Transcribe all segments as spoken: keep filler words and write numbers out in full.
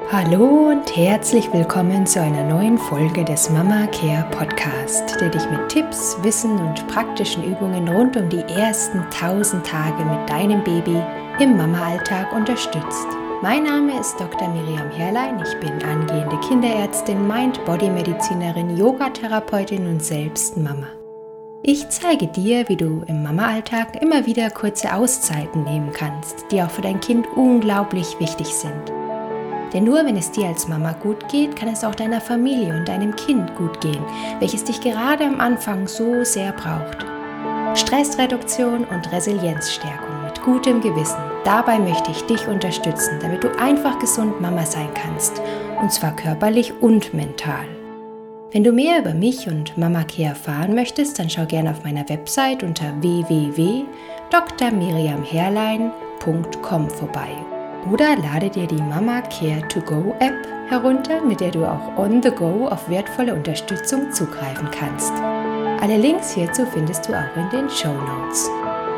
Hallo und herzlich willkommen zu einer neuen Folge des Mama Care Podcast, der dich mit Tipps, Wissen und praktischen Übungen rund um die ersten tausend Tage mit deinem Baby im Mama-Alltag unterstützt. Mein Name ist Doktor Miriam Herrlein, ich bin angehende Kinderärztin, Mind-Body-Medizinerin, Yogatherapeutin und selbst Mama. Ich zeige dir, wie du im Mama-Alltag immer wieder kurze Auszeiten nehmen kannst, die auch für dein Kind unglaublich wichtig sind. Denn nur wenn es dir als Mama gut geht, kann es auch deiner Familie und deinem Kind gut gehen, welches dich gerade am Anfang so sehr braucht. Stressreduktion und Resilienzstärkung mit gutem Gewissen. Dabei möchte ich dich unterstützen, damit du einfach gesund Mama sein kannst, und zwar körperlich und mental. Wenn du mehr über mich und Mama Care erfahren möchtest, dann schau gerne auf meiner Website unter w w w punkt d r miriam herrlein punkt com vorbei. Oder lade dir die Mama Care to Go App herunter, mit der du auch on the go auf wertvolle Unterstützung zugreifen kannst. Alle Links hierzu findest du auch in den Shownotes.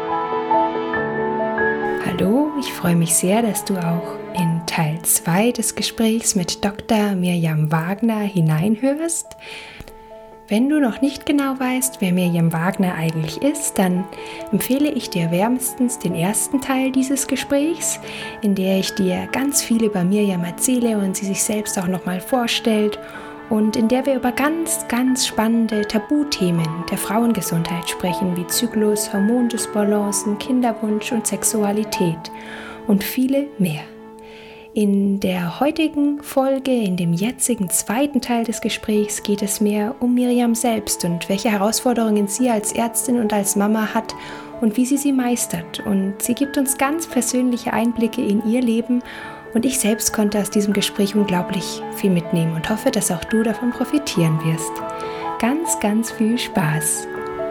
Hallo, ich freue mich sehr, dass du auch in Teil zwei des Gesprächs mit Doktor Mirjam Wagner hineinhörst. Wenn du noch nicht genau weißt, wer Mirjam Wagner eigentlich ist, dann empfehle ich dir wärmstens den ersten Teil dieses Gesprächs, in der ich dir ganz viel über Mirjam erzähle und sie sich selbst auch nochmal vorstellt und in der wir über ganz, ganz spannende Tabuthemen der Frauengesundheit sprechen, wie Zyklus, Hormondysbalancen, Kinderwunsch und Sexualität und viele mehr. In der heutigen Folge, in dem jetzigen zweiten Teil des Gesprächs, geht es mehr um Mirjam selbst und welche Herausforderungen sie als Ärztin und als Mama hat und wie sie sie meistert. Und sie gibt uns ganz persönliche Einblicke in ihr Leben und ich selbst konnte aus diesem Gespräch unglaublich viel mitnehmen und hoffe, dass auch du davon profitieren wirst. Ganz, ganz viel Spaß!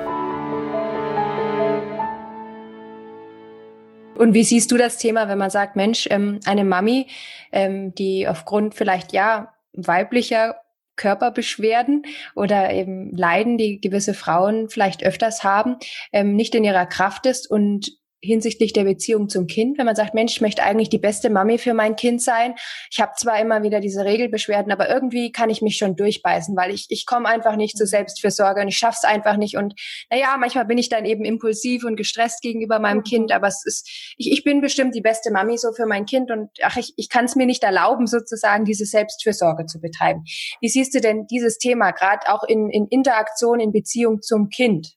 Und wie siehst du das Thema, wenn man sagt, Mensch, ähm, eine Mami, ähm, die aufgrund vielleicht ja weiblicher Körperbeschwerden oder eben Leiden, die gewisse Frauen vielleicht öfters haben, ähm, nicht in ihrer Kraft ist und hinsichtlich der Beziehung zum Kind, wenn man sagt, Mensch, ich möchte eigentlich die beste Mami für mein Kind sein. Ich habe zwar immer wieder diese Regelbeschwerden, aber irgendwie kann ich mich schon durchbeißen, weil ich ich komme einfach nicht zur Selbstfürsorge und ich schaff's einfach nicht. Und naja, manchmal bin ich dann eben impulsiv und gestresst gegenüber meinem mhm. Kind, aber es ist, ich, ich bin bestimmt die beste Mami so für mein Kind und ach, ich, ich kann es mir nicht erlauben, sozusagen diese Selbstfürsorge zu betreiben. Wie siehst du denn dieses Thema, gerade auch in, in Interaktion, in Beziehung zum Kind?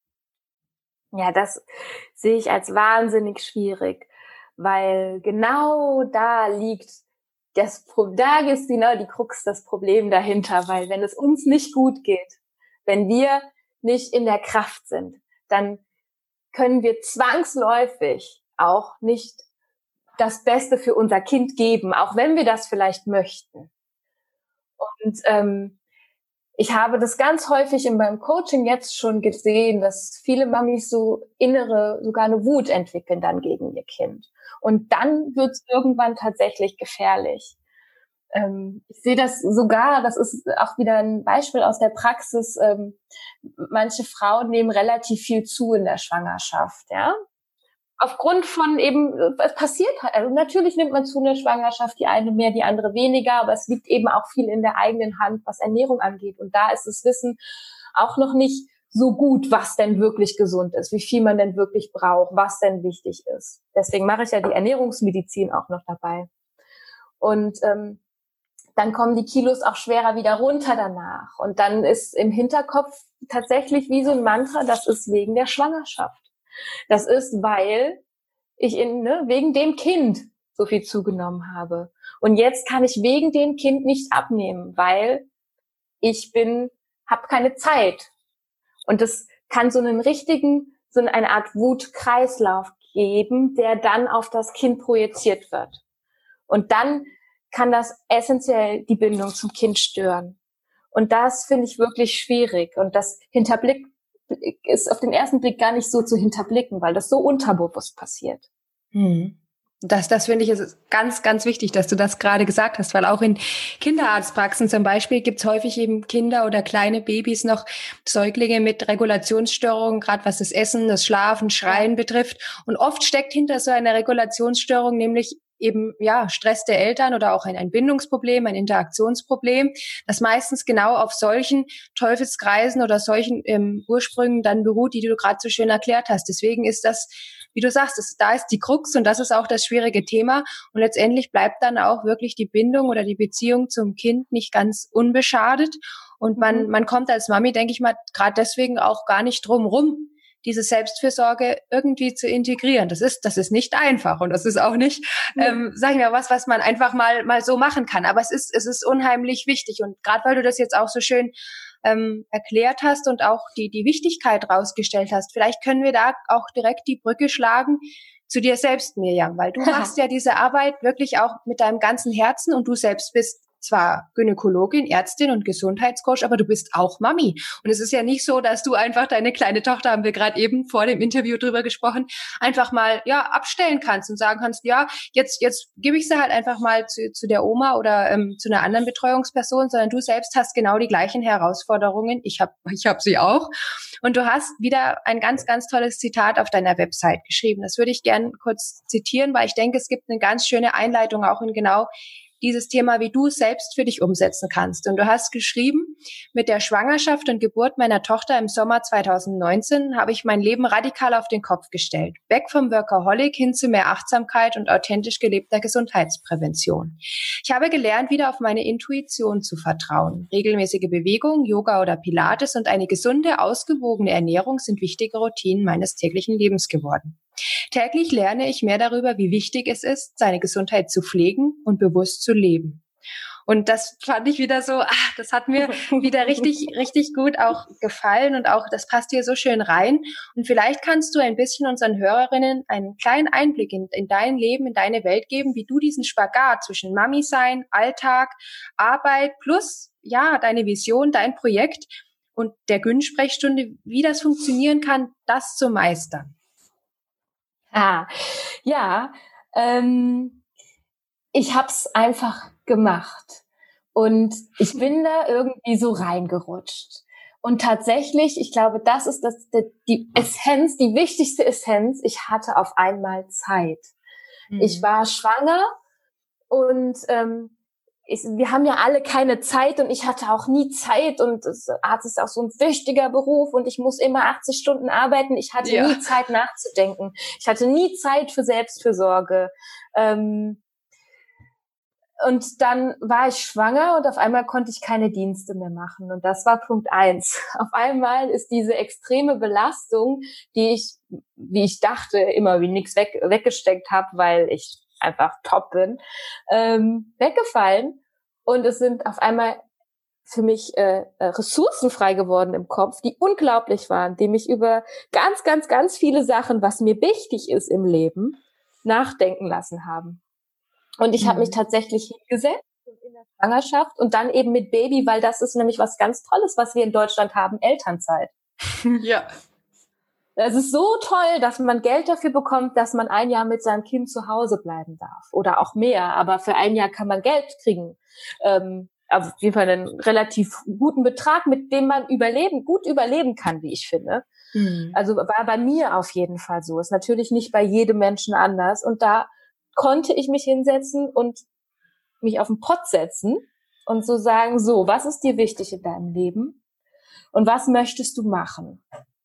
Ja, das sehe ich als wahnsinnig schwierig, weil genau da liegt das, da ist genau die Krux, das Problem dahinter, weil wenn es uns nicht gut geht, wenn wir nicht in der Kraft sind, dann können wir zwangsläufig auch nicht das Beste für unser Kind geben, auch wenn wir das vielleicht möchten. Und ähm, ich habe das ganz häufig in meinem Coaching jetzt schon gesehen, dass viele Mamis so innere, sogar eine Wut entwickeln dann gegen ihr Kind. Und dann wird es irgendwann tatsächlich gefährlich. Ähm, ich sehe das sogar, das ist auch wieder ein Beispiel aus der Praxis, ähm, manche Frauen nehmen relativ viel zu in der Schwangerschaft, ja. Aufgrund von eben, es passiert halt, also natürlich nimmt man zu in der Schwangerschaft, die eine mehr, die andere weniger, aber es liegt eben auch viel in der eigenen Hand, was Ernährung angeht. Und da ist das Wissen auch noch nicht so gut, was denn wirklich gesund ist, wie viel man denn wirklich braucht, was denn wichtig ist. Deswegen mache ich ja die Ernährungsmedizin auch noch dabei. Und ähm, dann kommen die Kilos auch schwerer wieder runter danach. Und dann ist im Hinterkopf tatsächlich wie so ein Mantra, das ist wegen der Schwangerschaft. Das ist, weil ich in, ne, wegen dem Kind so viel zugenommen habe. Und jetzt kann ich wegen dem Kind nicht abnehmen, weil ich bin, habe keine Zeit. Und das kann so einen richtigen, so eine Art Wutkreislauf geben, der dann auf das Kind projiziert wird. Und dann kann das essentiell die Bindung zum Kind stören. Und das finde ich wirklich schwierig. Und das hinterblickt ist auf den ersten Blick gar nicht so zu hinterblicken, weil das so unterbewusst passiert. Hm. Das, das finde ich ist ganz, ganz wichtig, dass du das gerade gesagt hast, weil auch in Kinderarztpraxen zum Beispiel gibt es häufig eben Kinder oder kleine Babys noch, Säuglinge mit Regulationsstörungen, gerade was das Essen, das Schlafen, Schreien betrifft. Und oft steckt hinter so einer Regulationsstörung nämlich eben ja Stress der Eltern oder auch ein, ein Bindungsproblem, ein Interaktionsproblem, das meistens genau auf solchen Teufelskreisen oder solchen ähm, Ursprüngen dann beruht, die du gerade so schön erklärt hast. Deswegen ist das, wie du sagst, das, da ist die Krux und das ist auch das schwierige Thema. Und letztendlich bleibt dann auch wirklich die Bindung oder die Beziehung zum Kind nicht ganz unbeschadet. Und man, man kommt als Mami, denke ich mal, gerade deswegen auch gar nicht drum rum, diese Selbstfürsorge irgendwie zu integrieren. Das ist, das ist nicht einfach und das ist auch nicht, ja. ähm, sag ich mal, was, was man einfach mal, mal so machen kann. Aber es ist, es ist unheimlich wichtig und gerade weil du das jetzt auch so schön ähm, erklärt hast und auch die, die Wichtigkeit rausgestellt hast, vielleicht können wir da auch direkt die Brücke schlagen zu dir selbst, Mirjam, weil du machst ja diese Arbeit wirklich auch mit deinem ganzen Herzen und du selbst bist zwar Gynäkologin, Ärztin und Gesundheitscoach, aber du bist auch Mami. Und es ist ja nicht so, dass du einfach deine kleine Tochter, haben wir gerade eben vor dem Interview drüber gesprochen, einfach mal ja abstellen kannst und sagen kannst, ja, jetzt jetzt gebe ich sie halt einfach mal zu, zu der Oma oder ähm, zu einer anderen Betreuungsperson, sondern du selbst hast genau die gleichen Herausforderungen. Ich habe ich hab sie auch. Und du hast wieder ein ganz, ganz tolles Zitat auf deiner Website geschrieben. Das würde ich gern kurz zitieren, weil ich denke, es gibt eine ganz schöne Einleitung auch in genau dieses Thema, wie du es selbst für dich umsetzen kannst. Und du hast geschrieben, mit der Schwangerschaft und Geburt meiner Tochter im Sommer zweitausendneunzehn habe ich mein Leben radikal auf den Kopf gestellt. Weg vom Workaholic hin zu mehr Achtsamkeit und authentisch gelebter Gesundheitsprävention. Ich habe gelernt, wieder auf meine Intuition zu vertrauen. Regelmäßige Bewegung, Yoga oder Pilates und eine gesunde, ausgewogene Ernährung sind wichtige Routinen meines täglichen Lebens geworden. Täglich lerne ich mehr darüber, wie wichtig es ist, seine Gesundheit zu pflegen und bewusst zu leben. Und das fand ich wieder so, ach, das hat mir wieder richtig, richtig gut auch gefallen und auch, das passt hier so schön rein. Und vielleicht kannst du ein bisschen unseren Hörerinnen einen kleinen Einblick in, in dein Leben, in deine Welt geben, wie du diesen Spagat zwischen Mami sein, Alltag, Arbeit plus, ja, deine Vision, dein Projekt und der Gyn-Sprechstunde, wie das funktionieren kann, das zu meistern. Ah, ja, ähm, ich hab's einfach gemacht und ich bin da irgendwie so reingerutscht. Und tatsächlich, ich glaube, das ist das, die Essenz, die wichtigste Essenz. Ich hatte auf einmal Zeit. Mhm. Ich war schwanger und ähm, Ich, wir haben ja alle keine Zeit und ich hatte auch nie Zeit und das Arzt ist auch so ein wichtiger Beruf und ich muss immer achtzig Stunden arbeiten. Ich hatte ja. nie Zeit nachzudenken. Ich hatte nie Zeit für Selbstfürsorge. Ähm, und dann war ich schwanger und auf einmal konnte ich keine Dienste mehr machen. Und das war Punkt eins. Auf einmal ist diese extreme Belastung, die ich, wie ich dachte, immer wie nichts weg, weggesteckt habe, weil ich einfach top bin, ähm, weggefallen. Und es sind auf einmal für mich äh, Ressourcen frei geworden im Kopf, die unglaublich waren, die mich über ganz, ganz, ganz viele Sachen, was mir wichtig ist im Leben, nachdenken lassen haben. Und ich mhm. habe mich tatsächlich hingesetzt in der Schwangerschaft und dann eben mit Baby, weil das ist nämlich was ganz Tolles, was wir in Deutschland haben, Elternzeit. Ja. Es ist so toll, dass man Geld dafür bekommt, dass man ein Jahr mit seinem Kind zu Hause bleiben darf. Oder auch mehr, aber für ein Jahr kann man Geld kriegen. Ähm, auf jeden Fall einen relativ guten Betrag, mit dem man überleben, gut überleben kann, wie ich finde. Mhm. Also war bei mir auf jeden Fall so. Ist natürlich nicht bei jedem Menschen anders. Und da konnte ich mich hinsetzen und mich auf den Pott setzen und so sagen, so, was ist dir wichtig in deinem Leben? Und was möchtest du machen?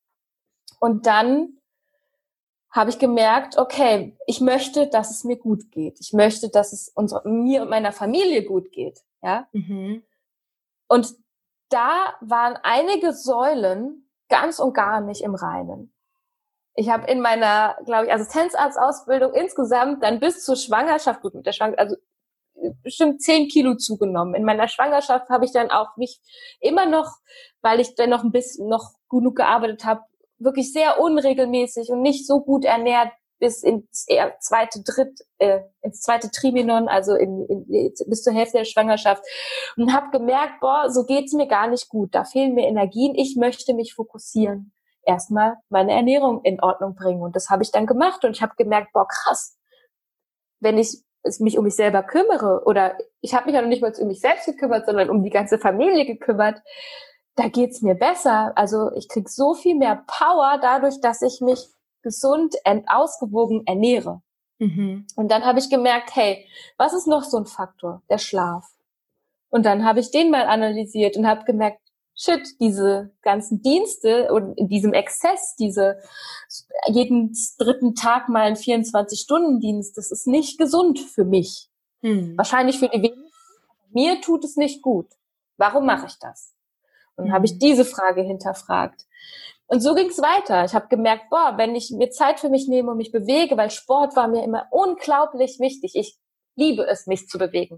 Und dann habe ich gemerkt, okay, ich möchte, dass es mir gut geht. Ich möchte, dass es unsere, mir und meiner Familie gut geht. Ja. Mhm. Und da waren einige Säulen ganz und gar nicht im Reinen. Ich habe in meiner, glaube ich, Assistenzarztausbildung insgesamt dann bis zur Schwangerschaft, gut mit der Schwangerschaft, also bestimmt zehn Kilo zugenommen. In meiner Schwangerschaft habe ich dann auch mich immer noch, weil ich dann noch ein bisschen noch genug gearbeitet habe, wirklich sehr unregelmäßig und nicht so gut ernährt bis ins zweite Dritt, äh, ins zweite Trimenon, also in, in, bis zur Hälfte der Schwangerschaft und habe gemerkt, boah, so geht's mir gar nicht gut. Da fehlen mir Energien. Ich möchte mich fokussieren. Erstmal meine Ernährung in Ordnung bringen und das habe ich dann gemacht und ich habe gemerkt, boah, krass. Wenn ich mich um mich selber kümmere oder ich habe mich ja noch nicht mal um mich selbst gekümmert, sondern um die ganze Familie gekümmert, da geht's mir besser. Also ich krieg so viel mehr Power dadurch, dass ich mich gesund und ausgewogen ernähre. Mhm. Und dann habe ich gemerkt, hey, was ist noch so ein Faktor? Der Schlaf. Und dann habe ich den mal analysiert und habe gemerkt, shit, diese ganzen Dienste und in diesem Exzess, diese jeden dritten Tag mal ein vierundzwanzig-Stunden-Dienst, das ist nicht gesund für mich. Hm. Wahrscheinlich für die wenigsten, aber mir tut es nicht gut. Warum mache ich das? Und dann hm. habe ich diese Frage hinterfragt. Und so ging es weiter. Ich habe gemerkt, boah, wenn ich mir Zeit für mich nehme und mich bewege, weil Sport war mir immer unglaublich wichtig. Ich liebe es, mich zu bewegen.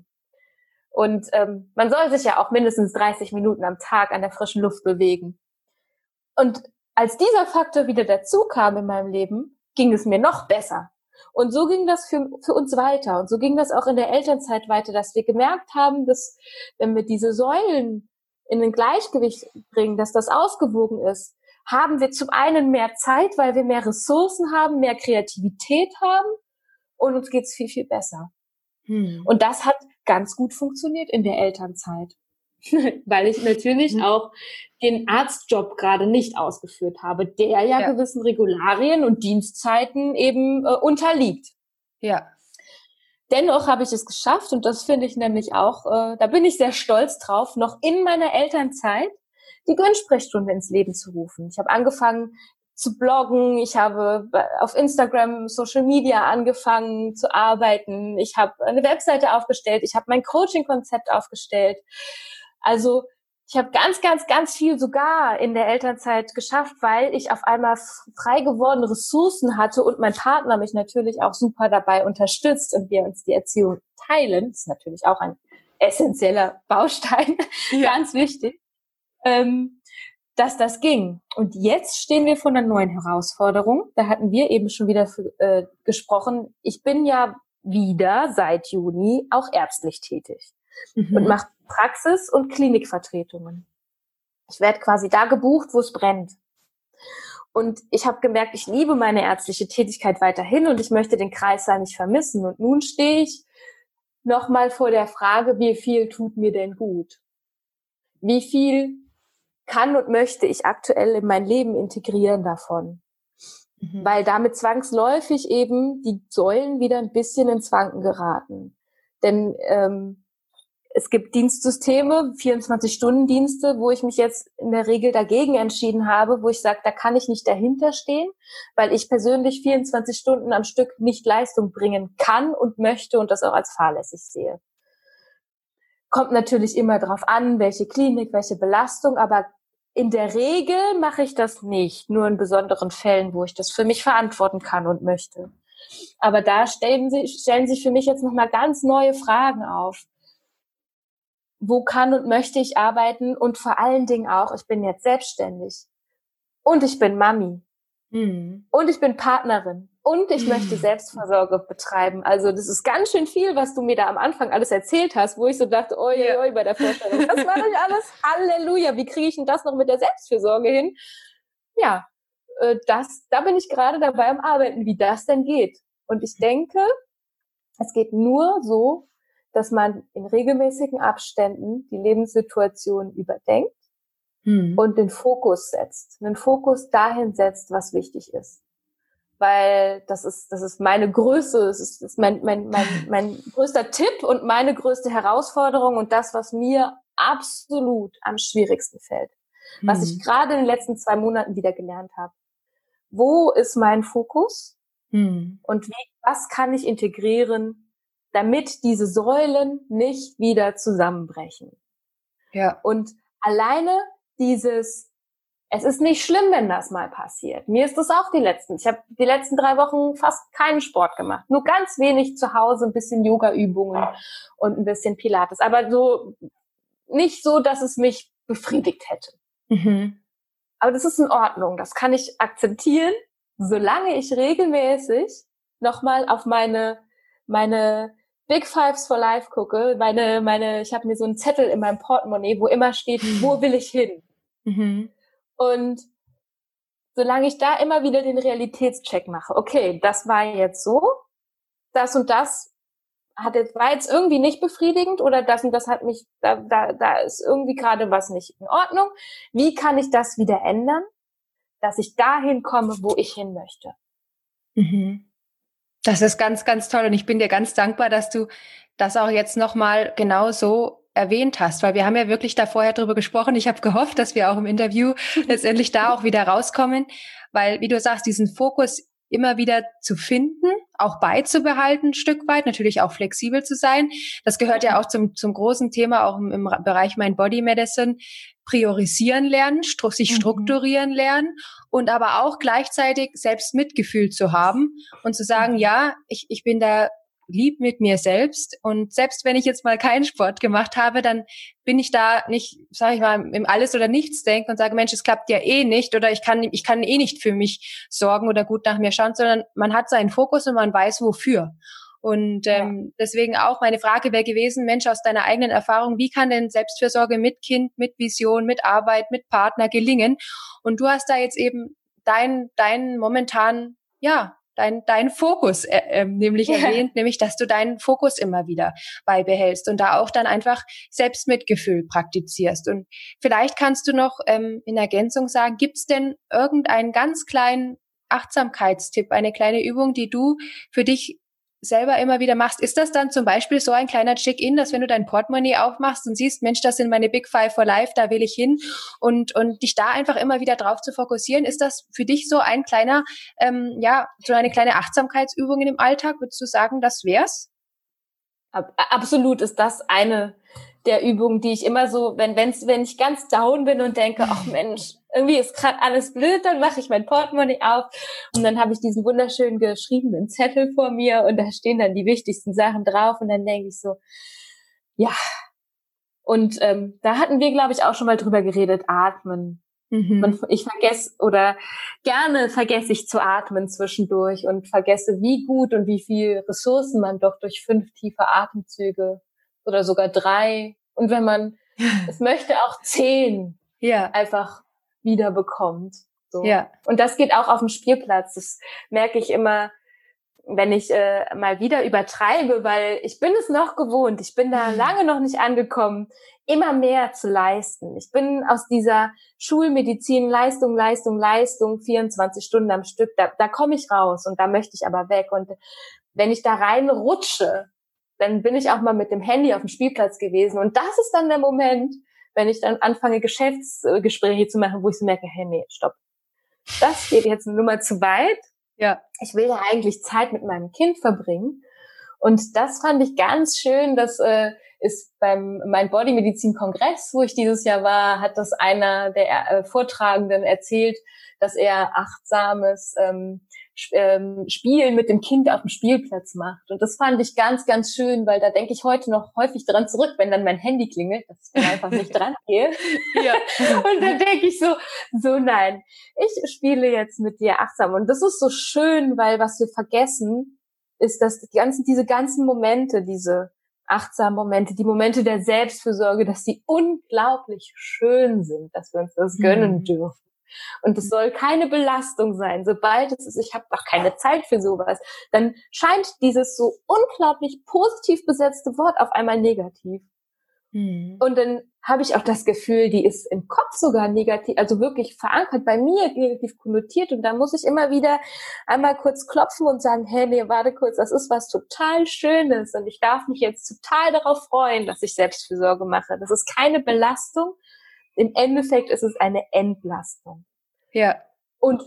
Und ähm, man soll sich ja auch mindestens dreißig Minuten am Tag an der frischen Luft bewegen. Und als dieser Faktor wieder dazu kam in meinem Leben, ging es mir noch besser. Und so ging das für, für uns weiter. Und so ging das auch in der Elternzeit weiter, dass wir gemerkt haben, dass wenn wir diese Säulen in ein Gleichgewicht bringen, dass das ausgewogen ist, haben wir zum einen mehr Zeit, weil wir mehr Ressourcen haben, mehr Kreativität haben und uns geht's viel, viel besser. Hm. Und das hat ganz gut funktioniert in der Elternzeit, weil ich natürlich hm. auch den Arztjob gerade nicht ausgeführt habe, der ja, ja. gewissen Regularien und Dienstzeiten eben äh, unterliegt. Ja. Dennoch habe ich es geschafft und das finde ich nämlich auch, äh, da bin ich sehr stolz drauf, noch in meiner Elternzeit die Gönnsprechstunde ins Leben zu rufen. Ich habe angefangen zu bloggen, ich habe auf Instagram, Social Media angefangen zu arbeiten, ich habe eine Webseite aufgestellt, ich habe mein Coaching-Konzept aufgestellt. Also ich habe ganz, ganz, ganz viel sogar in der Elternzeit geschafft, weil ich auf einmal frei gewordene Ressourcen hatte und mein Partner mich natürlich auch super dabei unterstützt und wir uns die Erziehung teilen. Das ist natürlich auch ein essentieller Baustein, ja. Ganz wichtig. Ähm, dass das ging. Und jetzt stehen wir vor einer neuen Herausforderung. Da hatten wir eben schon wieder für, äh, gesprochen. Ich bin ja wieder seit Juni auch ärztlich tätig mhm. und mache Praxis- und Klinikvertretungen. Ich werde quasi da gebucht, wo es brennt. Und ich habe gemerkt, ich liebe meine ärztliche Tätigkeit weiterhin und ich möchte den Kreissaal nicht vermissen. Und nun stehe ich nochmal vor der Frage, wie viel tut mir denn gut? Wie viel kann und möchte ich aktuell in mein Leben integrieren davon. Mhm. Weil damit zwangsläufig eben die Säulen wieder ein bisschen ins Wanken geraten. Denn ähm, es gibt Dienstsysteme, vierundzwanzig-Stunden-Dienste, wo ich mich jetzt in der Regel dagegen entschieden habe, wo ich sage, da kann ich nicht dahinter stehen, weil ich persönlich vierundzwanzig Stunden am Stück nicht Leistung bringen kann und möchte und das auch als fahrlässig sehe. Kommt natürlich immer drauf an, welche Klinik, welche Belastung, aber in der Regel mache ich das nicht, nur in besonderen Fällen, wo ich das für mich verantworten kann und möchte. Aber da stellen, sie, stellen sich für mich jetzt nochmal ganz neue Fragen auf. Wo kann und möchte ich arbeiten? Und vor allen Dingen auch, ich bin jetzt selbstständig. Und ich bin Mami. Mhm. Und ich bin Partnerin. Und ich möchte Selbstversorge betreiben. Also das ist ganz schön viel, was du mir da am Anfang alles erzählt hast, wo ich so dachte, oi, oi, oi, bei der Vorstellung. Das war nicht alles. Halleluja, wie kriege ich denn das noch mit der Selbstfürsorge hin? Ja, das, da bin ich gerade dabei am Arbeiten, wie das denn geht. Und ich denke, es geht nur so, dass man in regelmäßigen Abständen die Lebenssituation überdenkt hm. und den Fokus setzt. Den Fokus dahin setzt, was wichtig ist. Weil das ist, das ist meine größte, das ist, das ist mein, mein, mein, mein größter Tipp und meine größte Herausforderung und das, was mir absolut am schwierigsten fällt. Hm. Was ich gerade in den letzten zwei Monaten wieder gelernt habe. Wo ist mein Fokus? Hm. Und wie, was kann ich integrieren, damit diese Säulen nicht wieder zusammenbrechen? Ja. Und alleine dieses, es ist nicht schlimm, wenn das mal passiert. Mir ist das auch die letzten. Ich habe die letzten drei Wochen fast keinen Sport gemacht. Nur ganz wenig zu Hause, ein bisschen Yoga-Übungen und ein bisschen Pilates. Aber so nicht so, dass es mich befriedigt hätte. Mhm. Aber das ist in Ordnung. Das kann ich akzeptieren, solange ich regelmäßig nochmal auf meine meine Big Fives for Life gucke. Meine meine, ich habe mir so einen Zettel in meinem Portemonnaie, wo immer steht, wo will ich hin? Mhm. Und solange ich da immer wieder den Realitätscheck mache, okay, das war jetzt so, das und das hat jetzt, war jetzt irgendwie nicht befriedigend oder das und das hat mich, da, da, da ist irgendwie gerade was nicht in Ordnung. Wie kann ich das wieder ändern, dass ich dahin komme, wo ich hin möchte? Mhm. Das ist ganz, ganz toll und ich bin dir ganz dankbar, dass du das auch jetzt nochmal genau so erwähnt hast, weil wir haben ja wirklich da vorher drüber gesprochen. Ich habe gehofft, dass wir auch im Interview letztendlich da auch wieder rauskommen, weil, wie du sagst, diesen Fokus immer wieder zu finden, auch beizubehalten, ein Stück weit, natürlich auch flexibel zu sein. Das gehört ja auch zum, zum großen Thema, auch im, im Bereich Mind Body Medicine, priorisieren lernen, stru- sich strukturieren lernen und aber auch gleichzeitig selbst Mitgefühl zu haben und zu sagen, ja, ich, ich bin da lieb mit mir selbst und selbst wenn ich jetzt mal keinen Sport gemacht habe, dann bin ich da nicht, sage ich mal, im Alles oder Nichts denken und sage, Mensch, es klappt ja eh nicht oder ich kann ich kann eh nicht für mich sorgen oder gut nach mir schauen, sondern man hat seinen Fokus und man weiß wofür. Und ähm, ja. deswegen auch meine Frage wäre gewesen, Mensch, aus deiner eigenen Erfahrung, wie kann denn Selbstfürsorge mit Kind, mit Vision, mit Arbeit, mit Partner gelingen? Und du hast da jetzt eben dein dein momentan, ja, dein dein Fokus äh, äh, nämlich ja. erwähnt, nämlich, dass du deinen Fokus immer wieder beibehältst und da auch dann einfach Selbstmitgefühl praktizierst. Und vielleicht kannst du noch ähm, in Ergänzung sagen, gibt's denn irgendeinen ganz kleinen Achtsamkeitstipp, eine kleine Übung, die du für dich selber immer wieder machst? Ist das dann zum Beispiel so ein kleiner Check-in, dass wenn du dein Portemonnaie aufmachst und siehst, Mensch, das sind meine Big Five for Life, da will ich hin und und dich da einfach immer wieder drauf zu fokussieren, ist das für dich so ein kleiner, ähm, ja, so eine kleine Achtsamkeitsübung im Alltag? Würdest du sagen, das wär's? Ab, absolut ist das eine der Übungen, die ich immer so, wenn wenn's, wenn ich ganz down bin und denke, ach Mensch, irgendwie ist gerade alles blöd, dann mache ich mein Portemonnaie auf und dann habe ich diesen wunderschön geschriebenen Zettel vor mir und da stehen dann die wichtigsten Sachen drauf und dann denke ich so, ja. Und ähm, da hatten wir, glaube ich, auch schon mal drüber geredet, atmen. Mhm. Man, ich vergesse oder gerne vergesse ich zu atmen zwischendurch und vergesse, wie gut und wie viel Ressourcen man doch durch fünf tiefe Atemzüge oder sogar drei und wenn man es möchte, auch zehn ja. einfach wieder bekommt. So. Ja. Und das geht auch auf dem Spielplatz. Das merke ich immer, wenn ich äh, mal wieder übertreibe, weil ich bin es noch gewohnt. Ich bin da lange noch nicht angekommen, immer mehr zu leisten. Ich bin aus dieser Schulmedizin Leistung, Leistung, Leistung, vierundzwanzig Stunden am Stück, da, da komme ich raus und da möchte ich aber weg. Und wenn ich da reinrutsche, dann bin ich auch mal mit dem Handy auf dem Spielplatz gewesen. Und das ist dann der Moment, wenn ich dann anfange, Geschäftsgespräche zu machen, wo ich so merke, hey, nee, stopp. Das geht jetzt eine Nummer zu weit. Ja. Ich will ja eigentlich Zeit mit meinem Kind verbringen. Und das fand ich ganz schön. Das äh, ist beim Mind Body Medizin Kongress, wo ich dieses Jahr war, hat das einer der äh, Vortragenden erzählt, dass er achtsames ähm, ähm, Spielen mit dem Kind auf dem Spielplatz macht. Und das fand ich ganz, ganz schön, weil da denke ich heute noch häufig dran zurück, wenn dann mein Handy klingelt, dass ich dann einfach nicht dran gehe. Ja. Und dann denke ich so, so nein, ich spiele jetzt mit dir achtsam. Und das ist so schön, weil was wir vergessen, ist, dass die ganzen, diese ganzen Momente, diese achtsamen Momente, die Momente der Selbstfürsorge, dass die unglaublich schön sind, dass wir uns das gönnen mhm. dürfen. Und es soll keine Belastung sein. Sobald es ist, ich habe doch keine Zeit für sowas, dann scheint dieses so unglaublich positiv besetzte Wort auf einmal negativ. Mhm. Und dann habe ich auch das Gefühl, die ist im Kopf sogar negativ, also wirklich verankert bei mir, negativ konnotiert. Und da muss ich immer wieder einmal kurz klopfen und sagen, hey, nee, warte kurz, das ist was total Schönes. Und ich darf mich jetzt total darauf freuen, dass ich Selbstfürsorge mache. Das ist keine Belastung. Im Endeffekt ist es eine Entlastung. Ja. Und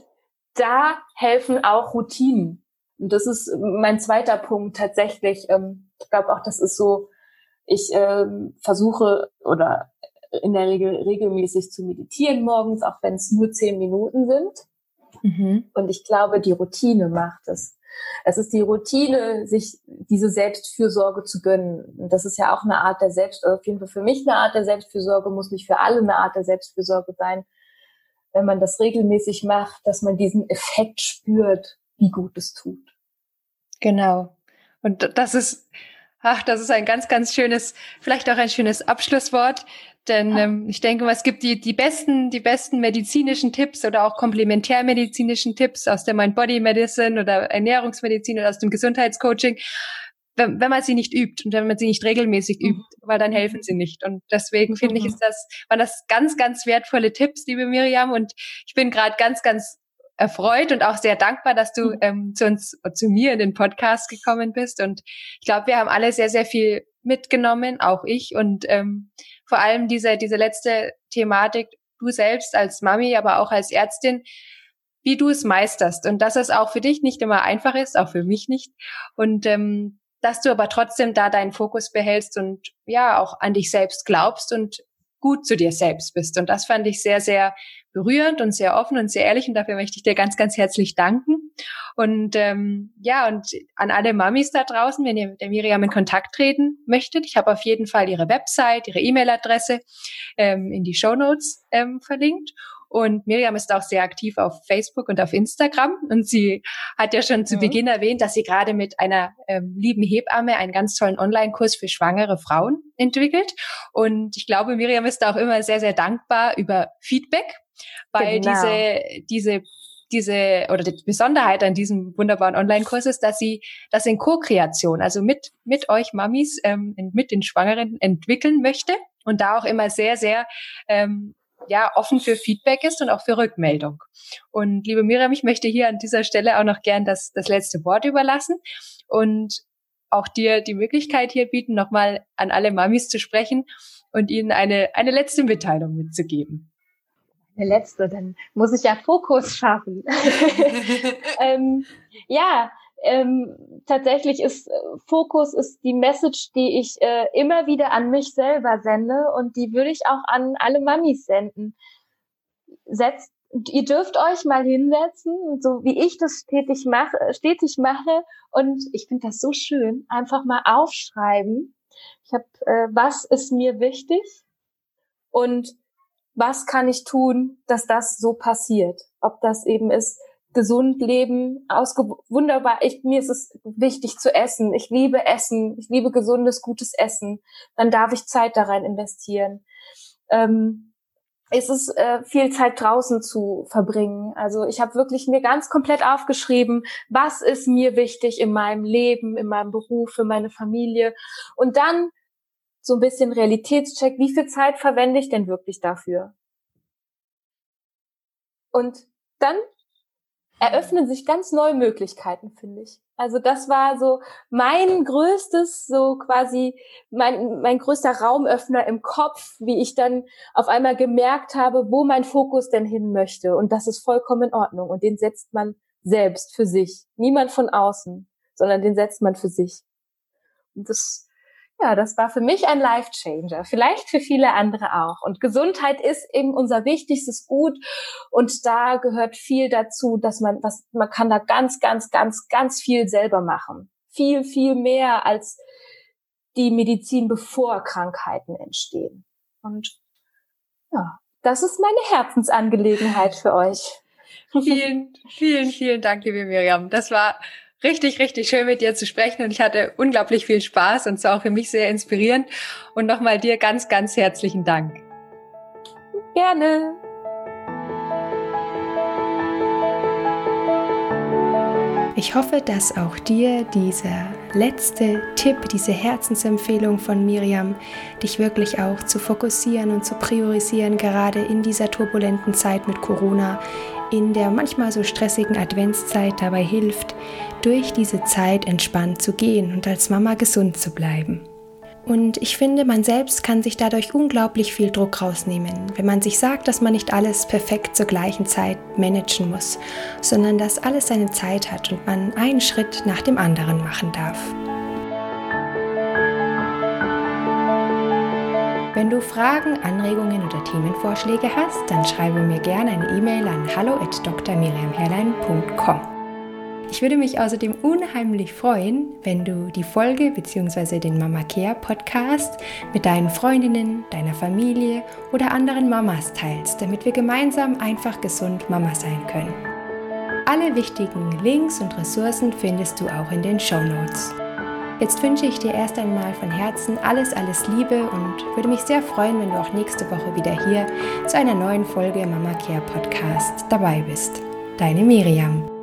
da helfen auch Routinen. Und das ist mein zweiter Punkt tatsächlich. Ähm, ich glaube auch, das ist so, ich ähm, versuche oder in der Regel regelmäßig zu meditieren morgens, auch wenn es nur zehn Minuten sind. Mhm. Und ich glaube, die Routine macht es. Es ist die Routine, sich diese Selbstfürsorge zu gönnen. Und das ist ja auch eine Art der Selbst, also auf jeden Fall für mich eine Art der Selbstfürsorge, muss nicht für alle eine Art der Selbstfürsorge sein. Wenn man das regelmäßig macht, dass man diesen Effekt spürt, wie gut es tut. Genau. Und das ist, ach, das ist ein ganz, ganz schönes, vielleicht auch ein schönes Abschlusswort. Denn ähm, ich denke mal, es gibt die die besten die besten medizinischen Tipps oder auch komplementärmedizinischen Tipps aus der Mind Body Medicine oder Ernährungsmedizin oder aus dem Gesundheitscoaching, wenn, wenn man sie nicht übt und wenn man sie nicht regelmäßig übt, weil dann helfen sie nicht. Und deswegen finde mhm. ich, ist das waren das ganz ganz wertvolle Tipps, liebe Miriam. Und ich bin gerade ganz ganz erfreut und auch sehr dankbar, dass du ähm, zu uns, zu mir in den Podcast gekommen bist. Und ich glaube, wir haben alle sehr, sehr viel mitgenommen, auch ich. Und ähm, vor allem diese, diese letzte Thematik, du selbst als Mami, aber auch als Ärztin, wie du es meisterst. Und dass es auch für dich nicht immer einfach ist, auch für mich nicht. Und ähm, dass du aber trotzdem da deinen Fokus behältst und ja, auch an dich selbst glaubst und gut zu dir selbst bist. Und das fand ich sehr, sehr berührend und sehr offen und sehr ehrlich. Und dafür möchte ich dir ganz, ganz herzlich danken. Und ähm, ja, und an alle Mamis da draußen, wenn ihr mit der Miriam in Kontakt treten möchtet, ich habe auf jeden Fall ihre Website, ihre E-Mail-Adresse ähm, in die Shownotes ähm, verlinkt. Und Miriam ist auch sehr aktiv auf Facebook und auf Instagram. Und sie hat ja schon zu mhm. Beginn erwähnt, dass sie gerade mit einer ähm, lieben Hebamme einen ganz tollen Online-Kurs für schwangere Frauen entwickelt. Und ich glaube, Miriam ist da auch immer sehr, sehr dankbar über Feedback, weil genau. diese, diese, diese, oder die Besonderheit an diesem wunderbaren Online-Kurs ist, dass sie das in Co-Kreation, also mit, mit euch Mamis, ähm, mit den Schwangeren entwickeln möchte und da auch immer sehr, sehr, ähm, ja, offen für Feedback ist und auch für Rückmeldung. Und liebe Miriam, ich möchte hier an dieser Stelle auch noch gern das, das letzte Wort überlassen und auch dir die Möglichkeit hier bieten, nochmal an alle Mamis zu sprechen und ihnen eine, eine letzte Mitteilung mitzugeben. Eine letzte, dann muss ich ja Fokus schaffen. ähm, ja, Ähm, tatsächlich ist äh, Fokus ist die Message, die ich äh, immer wieder an mich selber sende und die würde ich auch an alle Mamis senden. Setzt, ihr dürft euch mal hinsetzen, so wie ich das stetig mache, stetig mache und ich finde das so schön, einfach mal aufschreiben. Ich habe, äh, was ist mir wichtig und was kann ich tun, dass das so passiert? Ob das eben ist, gesund leben, ausge- wunderbar. Ich, mir ist es wichtig zu essen. Ich liebe Essen. Ich liebe gesundes, gutes Essen. Dann darf ich Zeit da rein investieren. Ähm, es ist äh, viel Zeit draußen zu verbringen. Also ich habe wirklich mir ganz komplett aufgeschrieben, was ist mir wichtig in meinem Leben, in meinem Beruf, für meine Familie. Und dann so ein bisschen Realitätscheck. Wie viel Zeit verwende ich denn wirklich dafür? Und dann eröffnen sich ganz neue Möglichkeiten, finde ich. Also das war so mein größtes, so quasi mein mein größter Raumöffner im Kopf, wie ich dann auf einmal gemerkt habe, wo mein Fokus denn hin möchte. Und das ist vollkommen in Ordnung. Und den setzt man selbst für sich. Niemand von außen, sondern den setzt man für sich. Und das Ja, das war für mich ein Life-Changer, vielleicht für viele andere auch. Und Gesundheit ist eben unser wichtigstes Gut und da gehört viel dazu, dass man, was, man kann da ganz, ganz, ganz, ganz viel selber machen. Viel, viel mehr als die Medizin, bevor Krankheiten entstehen. Und ja, das ist meine Herzensangelegenheit für euch. Vielen, vielen, vielen Dank, liebe Miriam. Das war richtig, richtig schön mit dir zu sprechen und ich hatte unglaublich viel Spaß und es war auch für mich sehr inspirierend. Und nochmal dir ganz, ganz herzlichen Dank. Gerne. Ich hoffe, dass auch dir dieser letzte Tipp, diese Herzensempfehlung von Miriam, dich wirklich auch zu fokussieren und zu priorisieren, gerade in dieser turbulenten Zeit mit Corona, in der manchmal so stressigen Adventszeit dabei hilft, durch diese Zeit entspannt zu gehen und als Mama gesund zu bleiben. Und ich finde, man selbst kann sich dadurch unglaublich viel Druck rausnehmen, wenn man sich sagt, dass man nicht alles perfekt zur gleichen Zeit managen muss, sondern dass alles seine Zeit hat und man einen Schritt nach dem anderen machen darf. Wenn du Fragen, Anregungen oder Themenvorschläge hast, dann schreibe mir gerne eine E-Mail an hallo at d r miriam herrlein punkt com. Ich würde mich außerdem unheimlich freuen, wenn du die Folge bzw. den Mama Care Podcast mit deinen Freundinnen, deiner Familie oder anderen Mamas teilst, damit wir gemeinsam einfach gesund Mama sein können. Alle wichtigen Links und Ressourcen findest du auch in den Shownotes. Jetzt wünsche ich dir erst einmal von Herzen alles, alles Liebe und würde mich sehr freuen, wenn du auch nächste Woche wieder hier zu einer neuen Folge Mama Care Podcast dabei bist. Deine Miriam.